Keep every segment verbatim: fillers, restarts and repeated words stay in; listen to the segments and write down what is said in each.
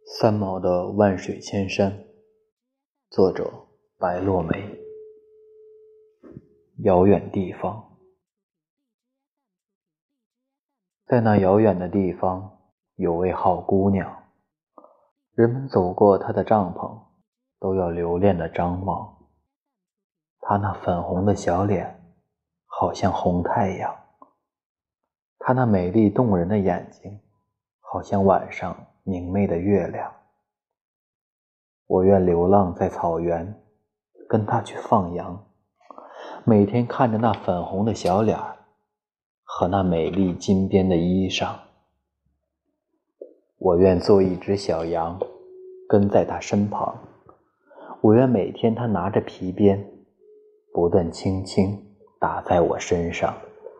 三毛的万水千山，作者白落梅。遥远地方，在那遥远的地方，有位好姑娘，人们走过她的帐篷，都要留恋地张望。她那粉红的小脸，好像红太阳；她那美丽动人的眼睛，好像晚上明媚的月亮。我愿流浪在草原，跟她去放羊，每天看着那粉红的小脸和那美丽金边的衣裳。我愿做一只小羊，跟在她身旁。我愿每天她拿着皮鞭，不断轻轻打在我身上。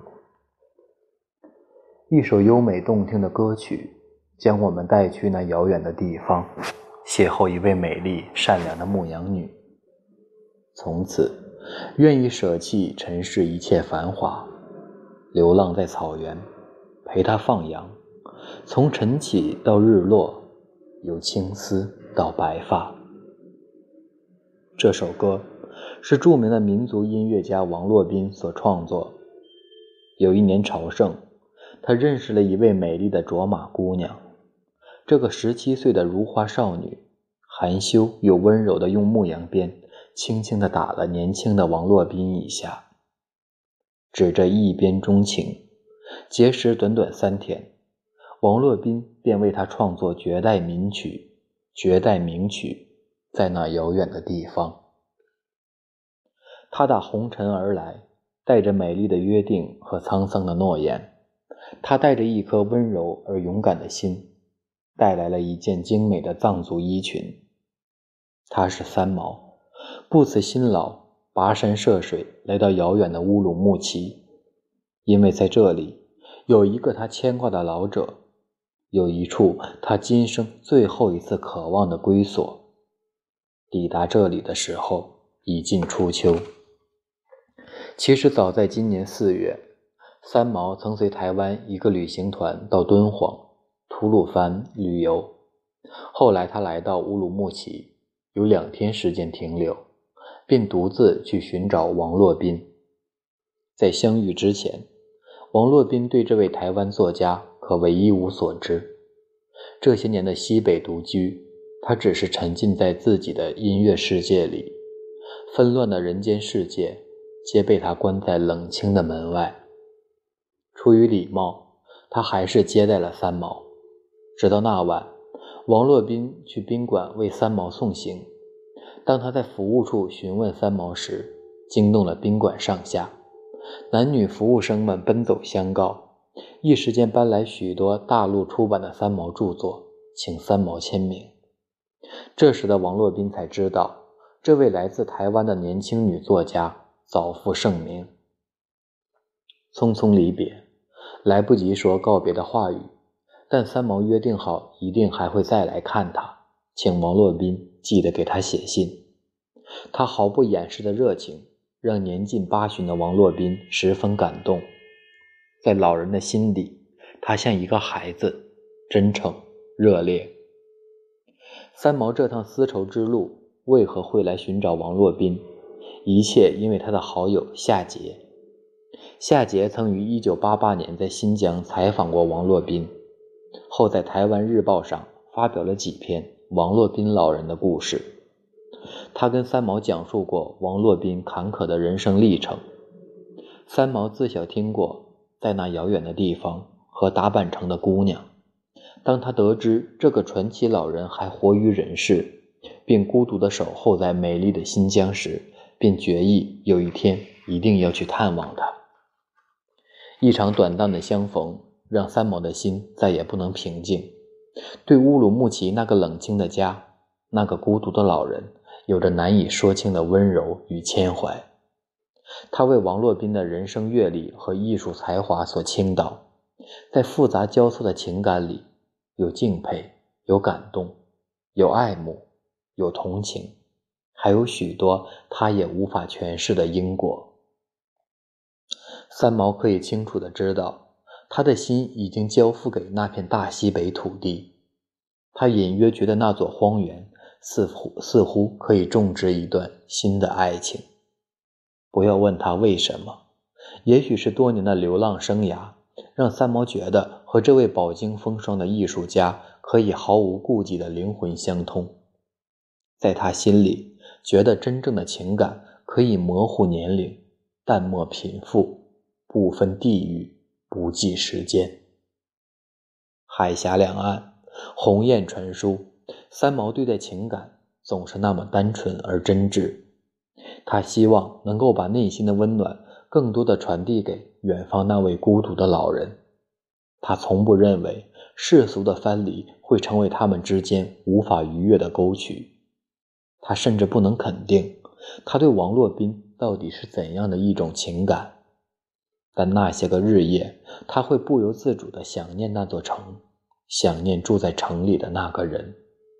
一首优美动听的歌曲，将我们带去那遥远的地方，邂逅一位美丽善良的牧羊女。从此愿意舍弃尘世一切繁华，流浪在草原，陪她放羊，从晨起到日落，由青丝到白发。这首歌是著名的民族音乐家王洛宾所创作。有一年朝圣，他认识了一位美丽的卓玛姑娘。这个十七岁的如花少女，含羞又温柔地用牧羊鞭轻轻地打了年轻的王洛宾一下。只这一鞭钟情，结识短短三天，王洛宾便为她创作绝代名曲，绝代名曲，在那遥远的地方。他打红尘而来，带着美丽的约定和沧桑的诺言。他带着一颗温柔而勇敢的心，带来了一件精美的藏族衣裙。他是三毛，不辞辛劳，跋山涉水来到遥远的乌鲁木齐，因为在这里有一个他牵挂的老者，有一处他今生最后一次渴望的归所。抵达这里的时候，已近初秋。其实早在今年四月，三毛曾随台湾一个旅行团到敦煌、吐鲁番旅游，后来他来到乌鲁木齐，有两天时间停留，并独自去寻找王洛宾。在相遇之前，王洛宾对这位台湾作家可谓一无所知。这些年的西北独居，他只是沉浸在自己的音乐世界里，纷乱的人间世界皆被他关在冷清的门外。出于礼貌，他还是接待了三毛。直到那晚，王洛宾去宾馆为三毛送行。当他在服务处询问三毛时，惊动了宾馆上下。男女服务生们奔走相告，一时间搬来许多大陆出版的三毛著作，请三毛签名。这时的王洛宾才知道，这位来自台湾的年轻女作家早负盛名。匆匆离别，来不及说告别的话语，但三毛约定好一定还会再来看他，请王洛宾记得给他写信。他毫不掩饰的热情让年近八旬的王洛宾十分感动。在老人的心里，他像一个孩子，真诚热烈。三毛这趟丝绸之路为何会来寻找王洛宾？一切因为他的好友夏桀。夏桀曾于一九八八年在新疆采访过王洛宾，后在台湾日报上发表了几篇王洛宾老人的故事。他跟三毛讲述过王洛宾坎坷的人生历程。三毛自小听过在那遥远的地方和打扮成的姑娘。当他得知这个传奇老人还活于人世，并孤独地守候在美丽的新疆时，便决意有一天一定要去探望他。一场短暂的相逢让三毛的心再也不能平静，对乌鲁木齐那个冷清的家，那个孤独的老人，有着难以说清的温柔与牵怀。他为王洛宾的人生阅历和艺术才华所倾倒，在复杂交错的情感里，有敬佩，有感动，有爱慕，有同情，还有许多他也无法诠释的因果。三毛可以清楚地知道，他的心已经交付给那片大西北土地。 他隐约觉得那座荒原似乎似乎可以种植一段新的爱情。不要问他为什么，也许是多年的流浪生涯让三毛觉得和这位饱经风霜的艺术家可以毫无顾忌的灵魂相通。在他心里，觉得真正的情感可以模糊年龄，淡漠贫富，不分地域，不计时间。海峡两岸，鸿雁传书，三毛对待情感总是那么单纯而真挚。他希望能够把内心的温暖更多地传递给远方那位孤独的老人。他从不认为世俗的藩篱会成为他们之间无法逾越的沟渠。他甚至不能肯定他对王洛宾到底是怎样的一种情感。但那些个日夜，他会不由自主地想念那座城，想念住在城里的那个人。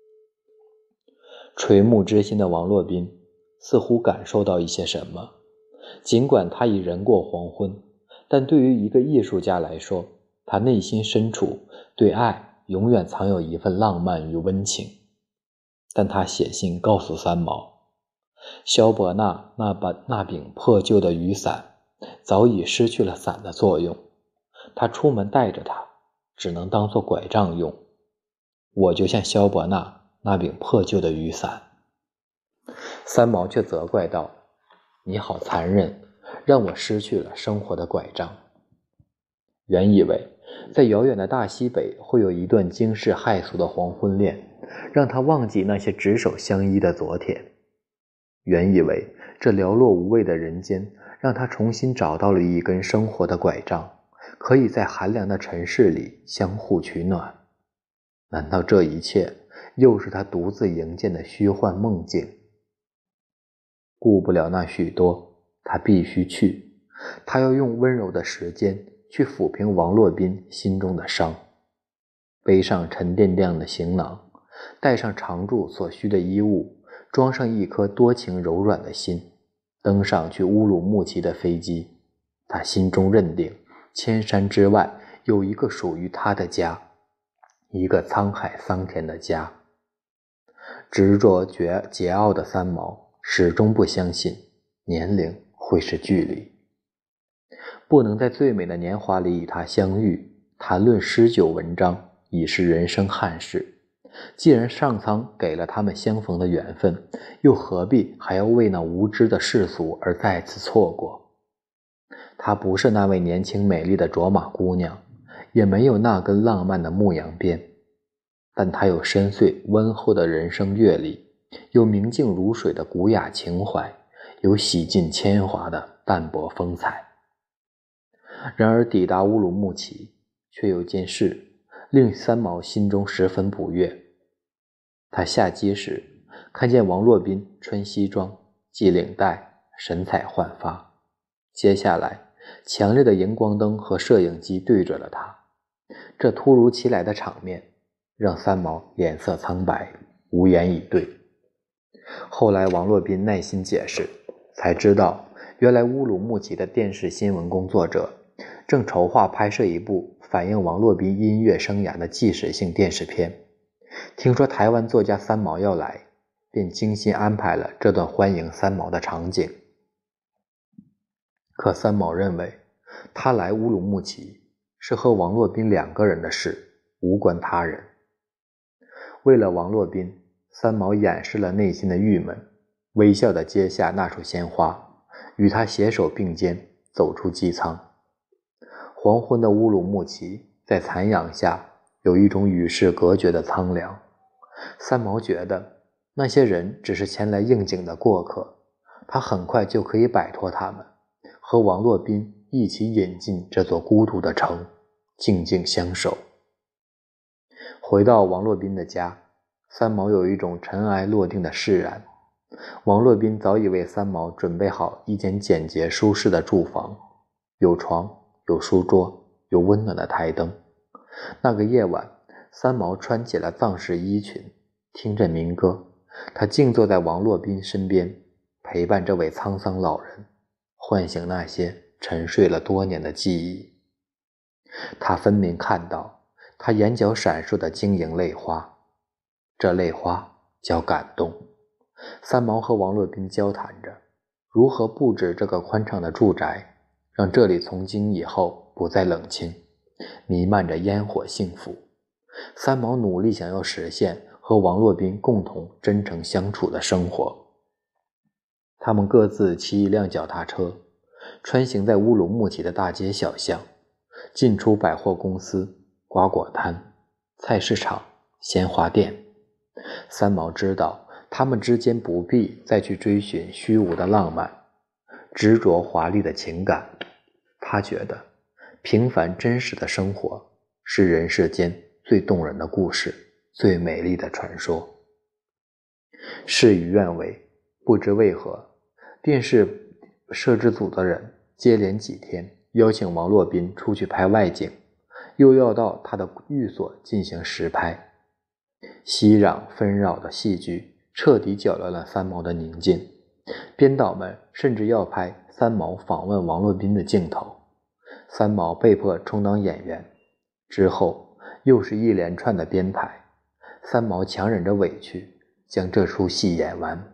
垂暮之心的王洛宾似乎感受到一些什么，尽管他已人过黄昏，但对于一个艺术家来说，他内心深处对爱永远藏有一份浪漫与温情。但他写信告诉三毛，萧伯纳那把那柄破旧的雨伞早已失去了伞的作用，他出门带着它，只能当作拐杖用。我就像萧伯纳那柄破旧的雨伞。三毛却责怪道，你好残忍，让我失去了生活的拐杖。原以为在遥远的大西北会有一段惊世骇俗的黄昏恋，让他忘记那些执手相依的昨天。原以为这寥落无味的人间让他重新找到了一根生活的拐杖，可以在寒凉的尘世里相互取暖。难道这一切又是他独自营建的虚幻梦境？顾不了那许多，他必须去。他要用温柔的时间去抚平王洛宾心中的伤，背上沉甸甸的行囊，带上常住所需的衣物，装上一颗多情柔软的心，登上去乌鲁木齐的飞机。他心中认定，千山之外有一个属于他的家，一个沧海桑田的家。执着桀桀骜的三毛始终不相信年龄会是距离，不能在最美的年华里与他相遇，谈论诗酒文章已是人生憾事。既然上苍给了他们相逢的缘分，又何必还要为那无知的世俗而再次错过？她不是那位年轻美丽的卓玛姑娘，也没有那根浪漫的牧羊鞭，但她有深邃温厚的人生阅历，有明净如水的古雅情怀，有洗尽铅华的淡泊风采。然而抵达乌鲁木齐，却有件事令三毛心中十分不悦。他下机时看见王洛宾穿西装系领带，神采焕发。接下来强烈的荧光灯和摄影机对准了他，这突如其来的场面让三毛脸色苍白，无言以对。后来王洛宾耐心解释，才知道原来乌鲁木齐的电视新闻工作者正筹划拍摄一部反映王洛宾音乐生涯的纪实性电视片。听说台湾作家三毛要来，便精心安排了这段欢迎三毛的场景。可三毛认为，他来乌鲁木齐是和王洛宾两个人的事，无关他人。为了王洛宾，三毛掩饰了内心的郁闷，微笑地接下那束鲜花，与他携手并肩走出机舱。黄昏的乌鲁木齐在残阳下有一种与世隔绝的苍凉。三毛觉得那些人只是前来应景的过客，他很快就可以摆脱他们，和王洛宾一起引进这座孤独的城，静静相守。回到王洛宾的家，三毛有一种尘埃落定的释然。王洛宾早已为三毛准备好一间简洁舒适的住房，有床，有书桌，有温暖的台灯。那个夜晚，三毛穿起了藏式衣裙，听着民歌，他静坐在王洛宾身边，陪伴这位沧桑老人，唤醒那些沉睡了多年的记忆。他分明看到他眼角闪烁的晶莹泪花， 这泪花叫感动。三毛和王洛宾交谈着如何布置这个宽敞的住宅，让这里从今以后不再冷清，弥漫着烟火幸福。三毛努力想要实现和王洛宾共同真诚相处的生活。他们各自骑一辆脚踏车，穿行在乌鲁木齐的大街小巷，进出百货公司、瓜果摊、菜市场、鲜花店。三毛知道他们之间不必再去追寻虚无的浪漫，执着华丽的情感。他觉得平凡真实的生活是人世间最动人的故事，最美丽的传说。事与愿违，不知为何，电视摄制组的人接连几天邀请王洛宾出去拍外景，又要到他的寓所进行实拍。熙攘纷扰的戏剧彻底搅乱了三毛的宁静，编导们甚至要拍三毛访问王洛宾的镜头。三毛被迫充当演员，之后又是一连串的编排。三毛强忍着委屈将这出戏演完。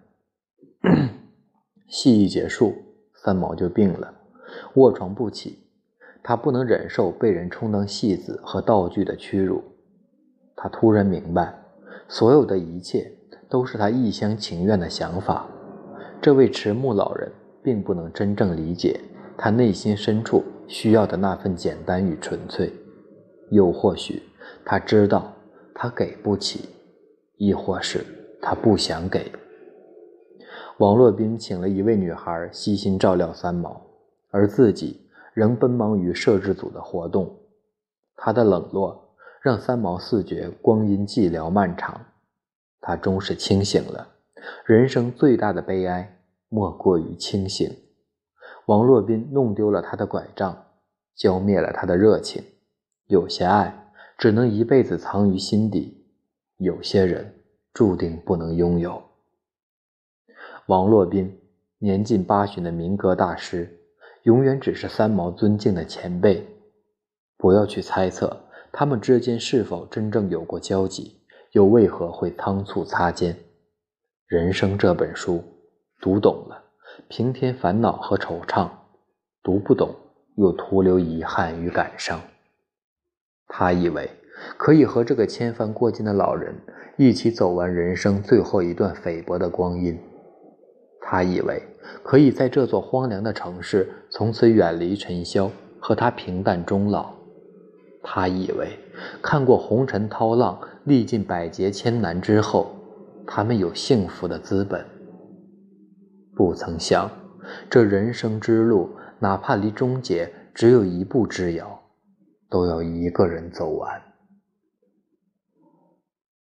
戏一结束，三毛就病了，卧床不起。他不能忍受被人充当戏子和道具的屈辱。他突然明白，所有的一切都是他一厢情愿的想法。这位迟暮老人并不能真正理解他内心深处需要的那份简单与纯粹，又或许他知道他给不起，亦或是他不想给。王洛宾请了一位女孩悉心照料三毛，而自己仍奔忙于摄制组的活动。他的冷落让三毛似觉光阴寂寥漫长，他终是清醒了。人生最大的悲哀莫过于清醒。王洛宾弄丢了他的拐杖，浇灭了他的热情。有些爱只能一辈子藏于心底，有些人注定不能拥有。王洛宾，年近八旬的民歌大师，永远只是三毛尊敬的前辈。不要去猜测他们之间是否真正有过交集，又为何会仓促擦肩。人生这本书，读懂了平添烦恼和惆怅，读不懂又徒留遗憾与感伤。他以为可以和这个千帆过尽的老人一起走完人生最后一段菲薄的光阴。他以为可以在这座荒凉的城市从此远离尘嚣，和他平淡终老。他以为看过红尘涛浪，历尽百劫千难之后，他们有幸福的资本。不曾想，这人生之路，哪怕离终结只有一步之遥，都要一个人走完。